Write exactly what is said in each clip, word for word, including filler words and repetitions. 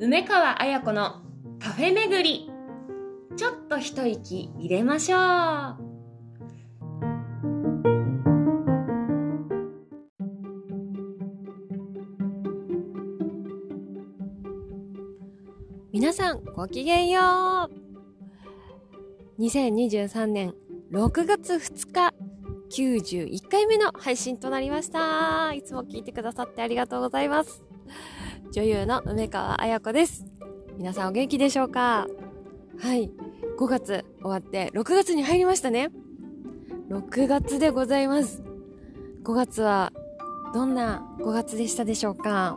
梅川彩子のカフェ巡り。ちょっと一息入れましょう。 皆さんごきげんよう。にせんにじゅうさんねんろくがつふつかきゅうじゅういっかいめの配信となりました。いつも聞いてくださってありがとうございます。女優の梅川彩子です。皆さんお元気でしょうか？はい、ごがつ終わってろくがつに入りましたね。ろくがつでございます。ごがつはどんなごがつでしたでしょうか？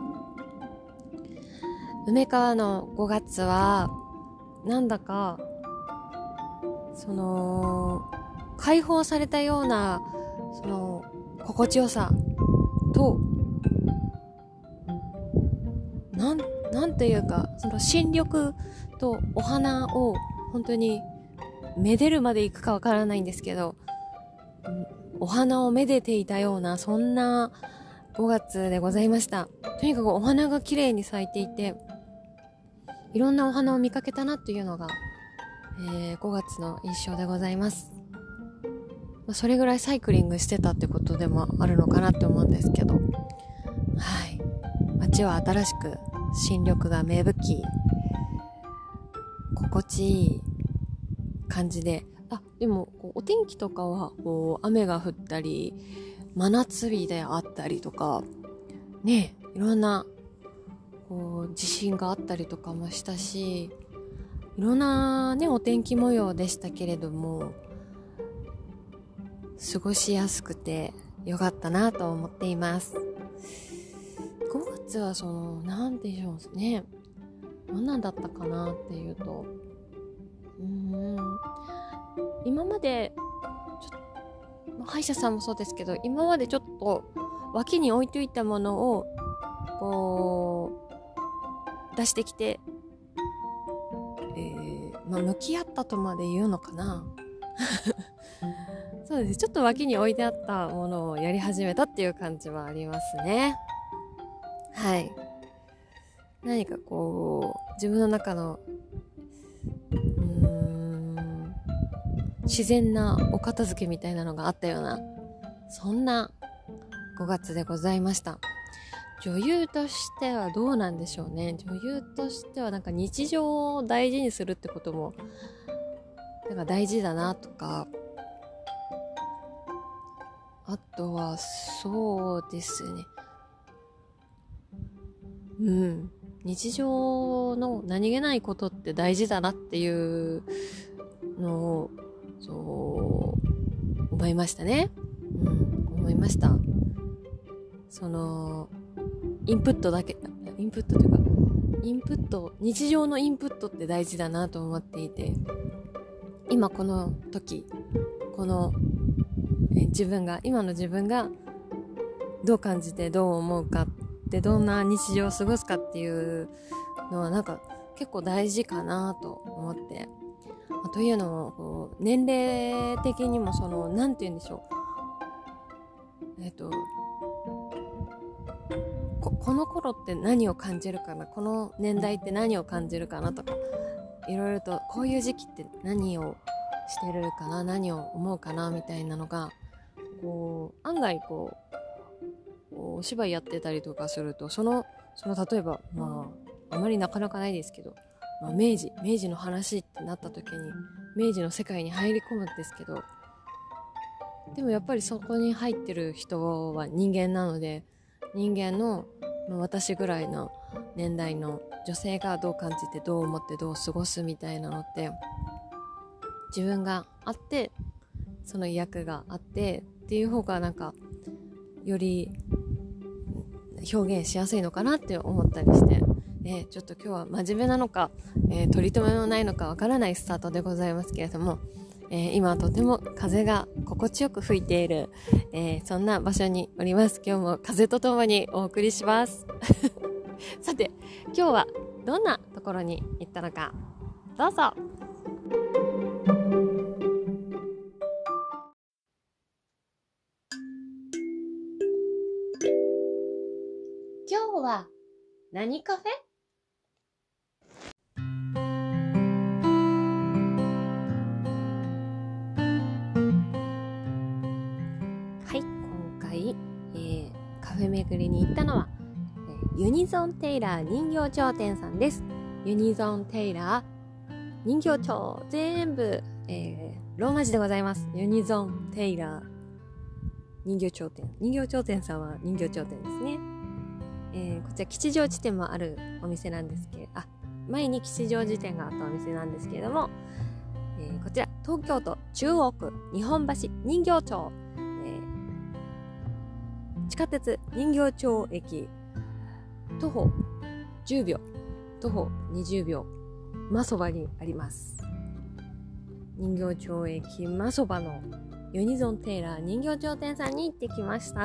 梅川のごがつはなんだかその解放されたようなその心地よさとなんなんていうかその新緑とお花を本当にめでるまでいくかわからないんですけど、お花をめでていたようなそんなごがつでございました。とにかくお花が綺麗に咲いていて、いろんなお花を見かけたなというのが、えー、ごがつの印象でございます。それぐらいサイクリングしてたってことでもあるのかなって思うんですけど、はい、街は新しく新緑が芽吹き、心地いい感じで、あ、でもこうお天気とかはこう雨が降ったり真夏日であったりとかね、いろんなこう地震があったりとかもしたし、いろんなねお天気模様でしたけれども、過ごしやすくてよかったなと思っています。ごがつはそのなんでしょうね、どんなんだったかなっていうと、うーん今までちょ歯医者さんもそうですけど、今までちょっと脇に置いといたものをこう出してきて、えーまあ、向き合ったとまで言うのかなそうです、ちょっと脇に置いてあったものをやり始めたっていう感じはありますね。はい、何かこう自分の中のうーん自然なお片付けみたいなのがあったような、そんなごがつでございました。女優としてはどうなんでしょうね。女優としてはなんか日常を大事にするってこともなんか大事だなとか、あとはそうですね、うん日常の何気ないことって大事だなっていうのをそう思いましたね。うん思いました。そのインプットだけインプットというかインプット日常のインプットって大事だなと思っていて、今この時このえ自分が今の自分がどう感じてどう思うかってどんな日常を過ごすかっていうのはなんか結構大事かなと思って、というのもこう年齢的にもそのなんて言うんでしょう、えっとこ, この頃って何を感じるかな、この年代って何を感じるかなとか、いろいろとこういう時期って何をしてるかな、何を思うかなみたいなのがこう案外こうお芝居やってたりとかすると、そのその例えばまああまりなかなかないですけど、まあ、明治明治の話ってなった時に明治の世界に入り込むんですけど、でもやっぱりそこに入ってる人は人間なので、人間の、まあ、私ぐらいの年代の女性がどう感じてどう思ってどう過ごすみたいなのって自分があってその役があってっていう方がなんかより表現しやすいのかなって思ったりして、えー、ちょっと今日は真面目なのか、えー、取り留めのないのかわからないスタートでございますけれども、えー、今はとても風が心地よく吹いている、えー、そんな場所におります。今日も風とともにお送りしますさて今日はどんなところに行ったのか、どうぞ。今日は何カフェ？ 回、えー、カフェ巡りに行ったのは、えー、ユニゾンテイラー人形町店さんです。ユニゾンテイラー人形町、全部、えー、ローマ字でございます。ユニゾンテイラー人形町店。人形町店さんは人形町店ですね。えー、こちら吉祥寺店もあるお店なんですけど、あ、前に吉祥寺店があったお店なんですけれども、えー、こちら東京都中央区日本橋人形町、えー、地下鉄人形町駅徒歩じゅうびょう、徒歩にじゅうびょう真そばにあります。人形町駅真そばのユニゾンテイラー人形町店さんに行ってきました。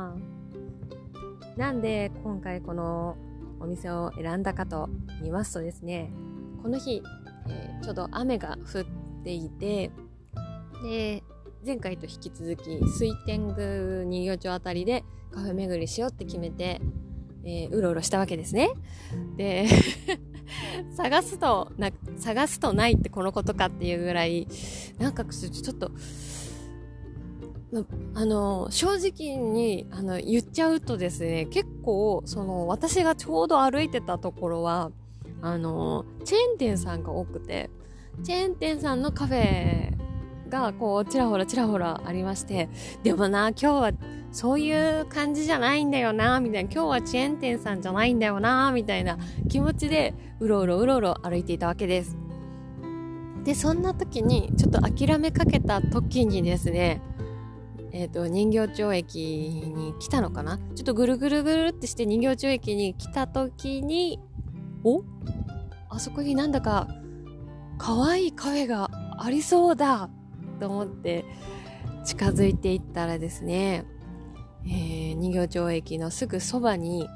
なんで今回このお店を選んだかと言いますとですね、この日、えー、ちょうど雨が降っていて、で前回と引き続き水天宮人形町あたりでカフェ巡りしようって決めて、えー、うろうろしたわけですね。で探すとな探すとないってこのことかっていうぐらい、なんかちょっとあの正直にあの言っちゃうとですね、結構その私がちょうど歩いてたところはあのチェーン店さんが多くて、チェーン店さんのカフェがこうちらほらちらほらありまして、でもな今日はそういう感じじゃないんだよなみたいな、今日はチェーン店さんじゃないんだよなみたいな気持ちでうろうろうろうろ歩いていたわけです。でそんな時にちょっと諦めかけた時にですね、えっと、人形町駅に来たのかな、ちょっとぐるぐるぐるってして人形町駅に来た時に、おあそこになんだか可愛いカフェがありそうだと思って近づいていったらですね、えー、人形町駅のすぐそばに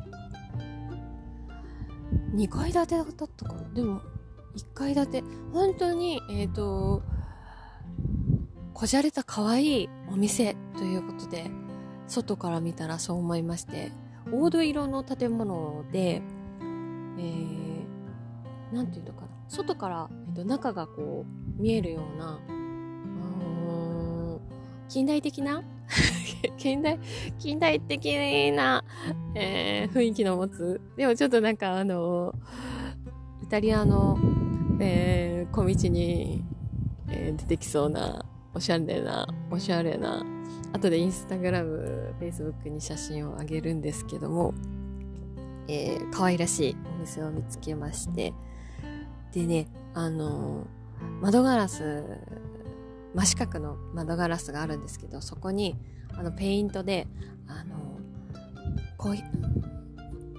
にかい建てだったかな、でもいっかい建て、本当にえっとこじゃれた可愛いお店ということで、外から見たらそう思いまして、黄土色の建物で、えー、なんていうのかな、外から、えっと、中がこう見えるような、うーん、近代的な近代近代的な、えー、雰囲気の持つ、でもちょっとなんかあのイタリアの、えー、小道に、えー、出てきそうなおしゃれな、おしゃれな、後でインスタグラム、フェイスブックに写真をあげるんですけども、えー、可愛らしいお店を見つけまして、でね、あのー、窓ガラス、真四角の窓ガラスがあるんですけど、そこに、あの、ペイントで、あのー、こういう、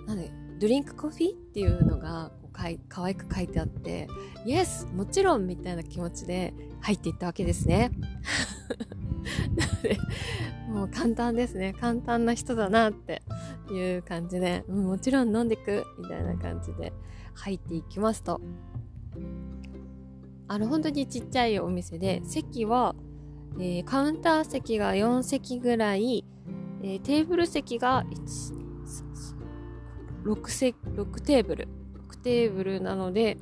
なんで、ドリンクコーヒーっていうのが、かい可愛く書いてあって、イエスもちろんみたいな気持ちで入っていったわけですね。なのでもう簡単ですね、簡単な人だなっていう感じで、うん、もちろん飲んでくみたいな感じで入っていきますと、あの本当にちっちゃいお店で、席は、えー、カウンター席がよんせきぐらい、えー、テーブル席がろくせろくテーブルテーブルなので、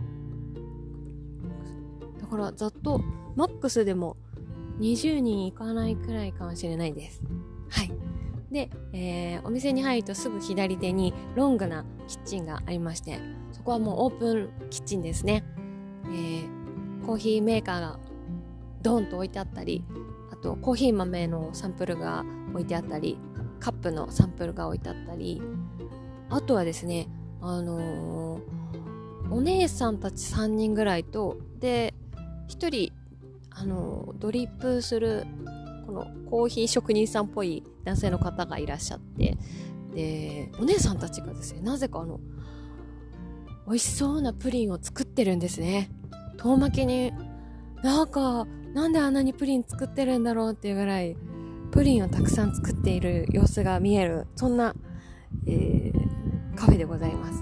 だからざっとマックスでもにじゅうにんいかないくらいかもしれないです。はい。で、えー、お店に入るとすぐ左手にロングなキッチンがありまして、そこはもうオープンキッチンですね。えー、コーヒーメーカーがドーンと置いてあったり、あとコーヒー豆のサンプルが置いてあったり、カップのサンプルが置いてあったり、あとはですね、あのー、お姉さんたちさんにんぐらいと、でひとり、あのー、ドリップするこのコーヒー職人さんっぽい男性の方がいらっしゃって、でお姉さんたちがですね、なぜかあの美味しそうなプリンを作ってるんですね。遠巻きに、なんかなんであんなにプリン作ってるんだろうっていうぐらいプリンをたくさん作っている様子が見える、そんな、えーカフェでございます。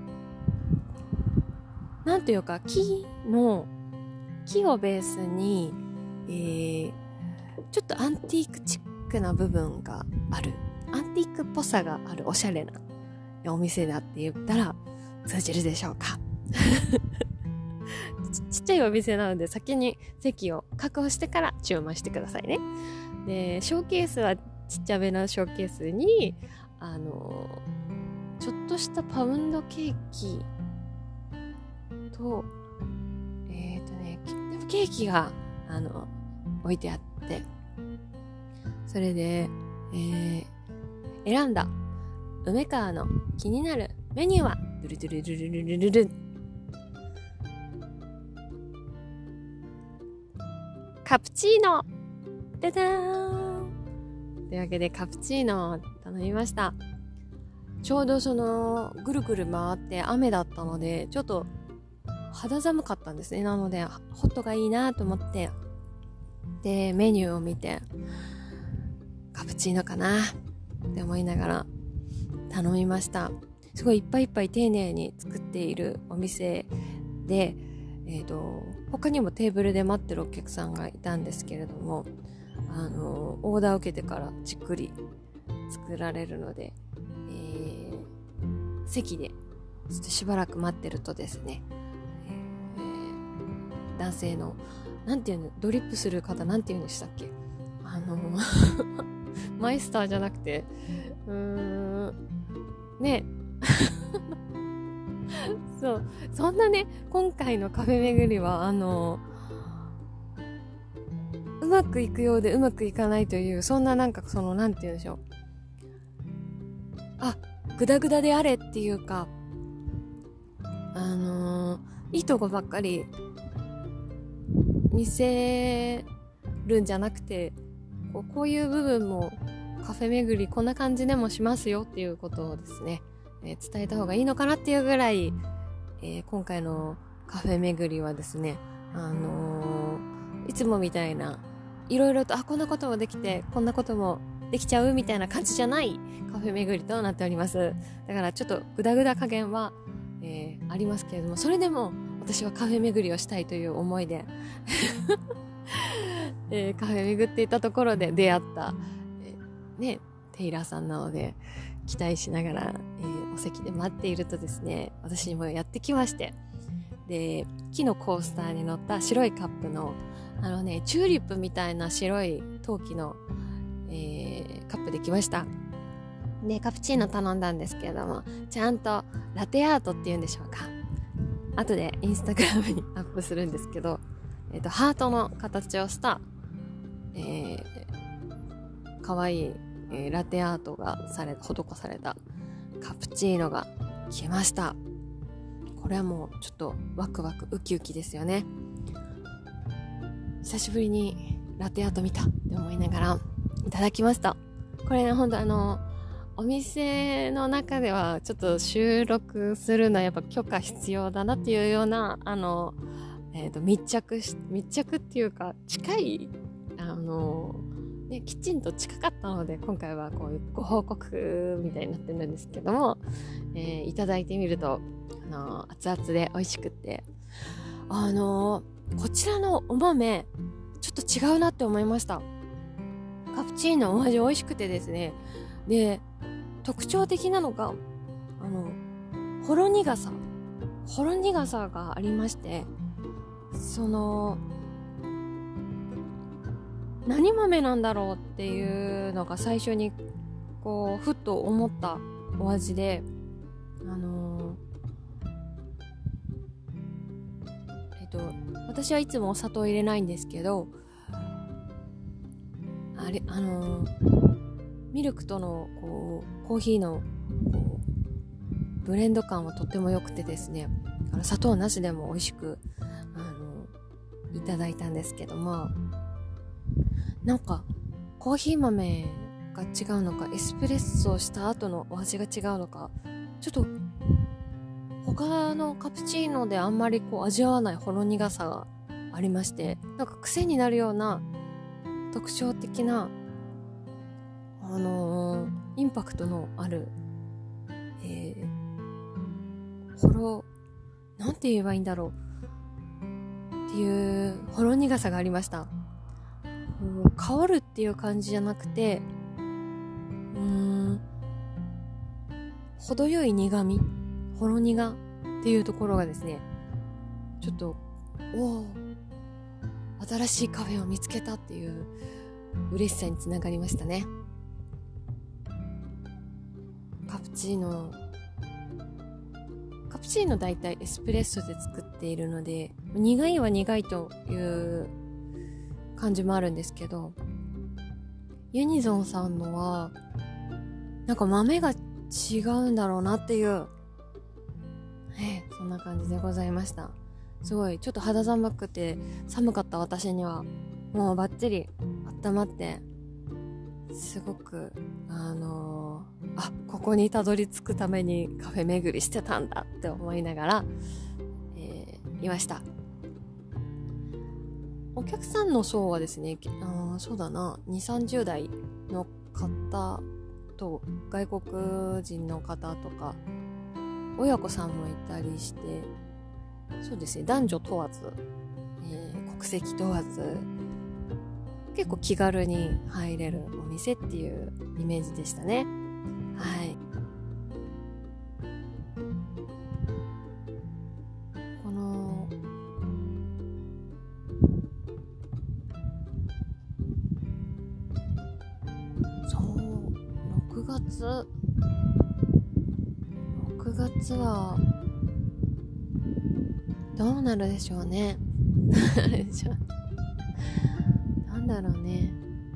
なんというか、木の木をベースに、えー、ちょっとアンティークチックな部分がある、アンティークっぽさがあるおしゃれなお店だって言ったら通じるでしょうか。ち, ちっちゃいお店なので先に席を確保してから注文してくださいね。でショーケースはちっちゃめのショーケースにあのちょっとしたパウンドケーキとえっ、ー、とねケーキがあの置いてあって、それで、えー、選んだ梅川の気になるメニューはドゥルドゥルルルルルルルカプチーノダダーンというわけでカプチーノを頼みました。ちょうどそのぐるぐる回って雨だったのでちょっと肌寒かったんですね。なのでホットがいいなと思ってでメニューを見てカプチーノかなって思いながら頼みました。すごいいっぱいいっぱい丁寧に作っているお店で、えーと、他にもテーブルで待ってるお客さんがいたんですけれども、あのオーダーを受けてからじっくり作られるので、えー、席でちょっとしばらく待ってるとですね、えー、男性のなんていうのドリップする方なんていうんでしたっけ、あのマイスターじゃなくてうーんねそうそんなね今回のカフェ巡りはあのうまくいくようでうまくいかないというそんななんかそのなんて言うんでしょう、あグダグダであれっていうかあのー、いいとこばっかり見せるんじゃなくてこう、こういう部分もカフェ巡りこんな感じでもしますよっていうことをですね、えー、伝えた方がいいのかなっていうぐらい、えー、今回のカフェ巡りはですね、あのー、いつもみたいないろいろとあこんなこともできてこんなこともできちゃうみたいな感じじゃないカフェ巡りとなっております。だからちょっとグダグダ加減は、えー、ありますけれども、それでも私はカフェ巡りをしたいという思いで、えー、カフェ巡っていたところで出会った、えー、ねテイラーさんなので期待しながら、えー、お席で待っているとですね、私にもやってきまして、で木のコースターに乗った白いカップのあのねチューリップみたいな白い陶器の、えー、カップで来ました。でカプチーノ頼んだんですけれども、ちゃんとラテアートっていうんでしょうか、後でインスタグラムにアップするんですけど、えーと、ハートの形をした、えー、かわいい、えー、ラテアートがされ施されたカプチーノが来ました。これはもうちょっとワクワクウキウキですよね。久しぶりにラテアート見たって思いながらいただきました。これねほんとあのお店の中ではちょっと収録するのはやっぱ許可必要だなっていうようなあの、えーと、密着し密着っていうか近いあの、ね、きちんと近かったので今回はこういうご報告みたいになってるんですけども、えー、いただいてみるとあの熱々で美味しくってあのこちらのお豆ちょっと違うなって思いました。カプチーノお味美味しくてですね、で特徴的なのがあのほろ苦さほろ苦さがありまして、その何豆なんだろうっていうのが最初にこうふっと思ったお味で、あのえっと私はいつもお砂糖入れないんですけど、あれあのミルクとのこうコーヒーのこうブレンド感はとっても良くてですね、あの砂糖なしでも美味しくあのいただいたんですけども、なんかコーヒー豆が違うのかエスプレッソをした後のお味が違うのか、ちょっと他のカプチーノであんまりこう味わわないほろ苦さがありまして、なんか癖になるような特徴的なあのー、インパクトのある、えー、ほろなんて言えばいいんだろうっていうほろ苦さがありました。香るっていう感じじゃなくて、うーん程よい苦味、ほろ苦っていうところがですね、ちょっとおー新しいカフェを見つけたっていう嬉しさにつながりましたね。 プチーノカプチーノだいたいエスプレッソで作っているので、苦いは苦いという感じもあるんですけど、ユニゾンさんのはなんか豆が違うんだろうなっていう、えそんな感じでございました。すごいちょっと肌寒くて寒かった私にはもうバッチリ温まって、すごくあのー、あここにたどり着くためにカフェ巡りしてたんだって思いながら、えー、いました。お客さんの層はですね、あそうだなにじゅう、さんじゅう代の方と外国人の方とか親子さんもいたりして、そうですね、男女問わず、えー、国籍問わず結構気軽に入れるお店っていうイメージでしたね。はい。このそうろくがつろくがつはどうなるでしょうね。なんだろうね。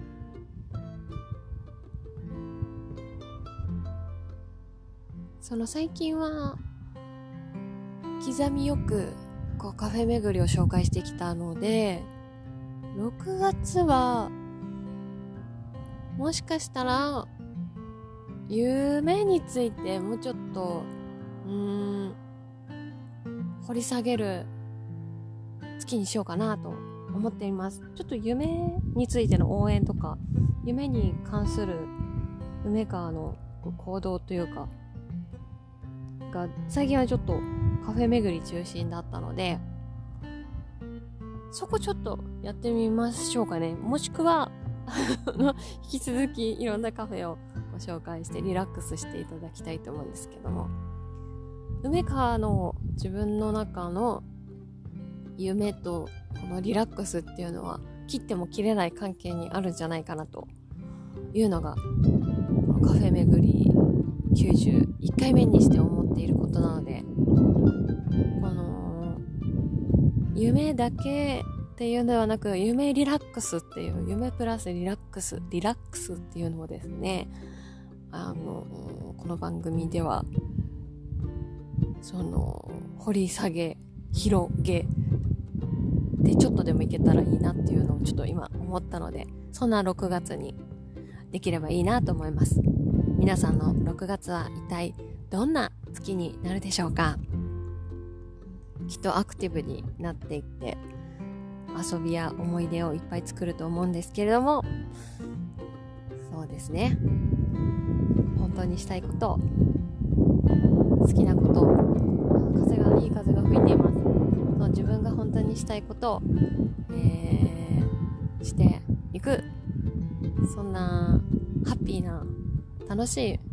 その最近は刻みよくこうカフェ巡りを紹介してきたので、ろくがつはもしかしたら夢についてもうちょっとうーん掘り下げる月にしようかなと思っています。ちょっと夢についての応援とか、夢に関する梅川の行動というかが最近はちょっとカフェ巡り中心だったので、そこちょっとやってみましょうかね。もしくは引き続きいろんなカフェをご紹介してリラックスしていただきたいと思うんですけども、梅川の自分の中の夢とこのリラックスっていうのは切っても切れない関係にあるんじゃないかなというのが、このカフェ巡りきゅうじゅういっかいめにして思っていることなので、この夢だけっていうのではなく、夢リラックスっていう、夢プラスリラックスリラックスっていうのもですね、あのこの番組ではその掘り下げ広げでちょっとでもいけたらいいなっていうのをちょっと今思ったので、そんなろくがつにできればいいなと思います。皆さんのろくがつは一体どんな月になるでしょうか。きっとアクティブになっていって遊びや思い出をいっぱい作ると思うんですけれども、そうですね、本当にしたいこと、好きなこと、風がいい風が吹いています。そう自分が本当にしたいことを、えー、していく、そんなハッピーな楽しい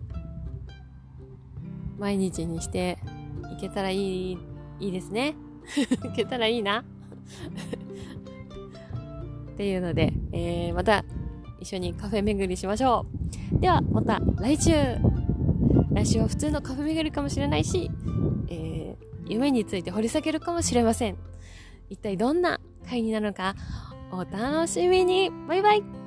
毎日にしていけたらいいいいですね。いけたらいいなっていうので、えー、また一緒にカフェ巡りしましょう。ではまた来週来週は普通のカフェ巡りかもしれないし、えー、夢について掘り下げるかもしれません。一体どんな回になるのかお楽しみに。バイバイ。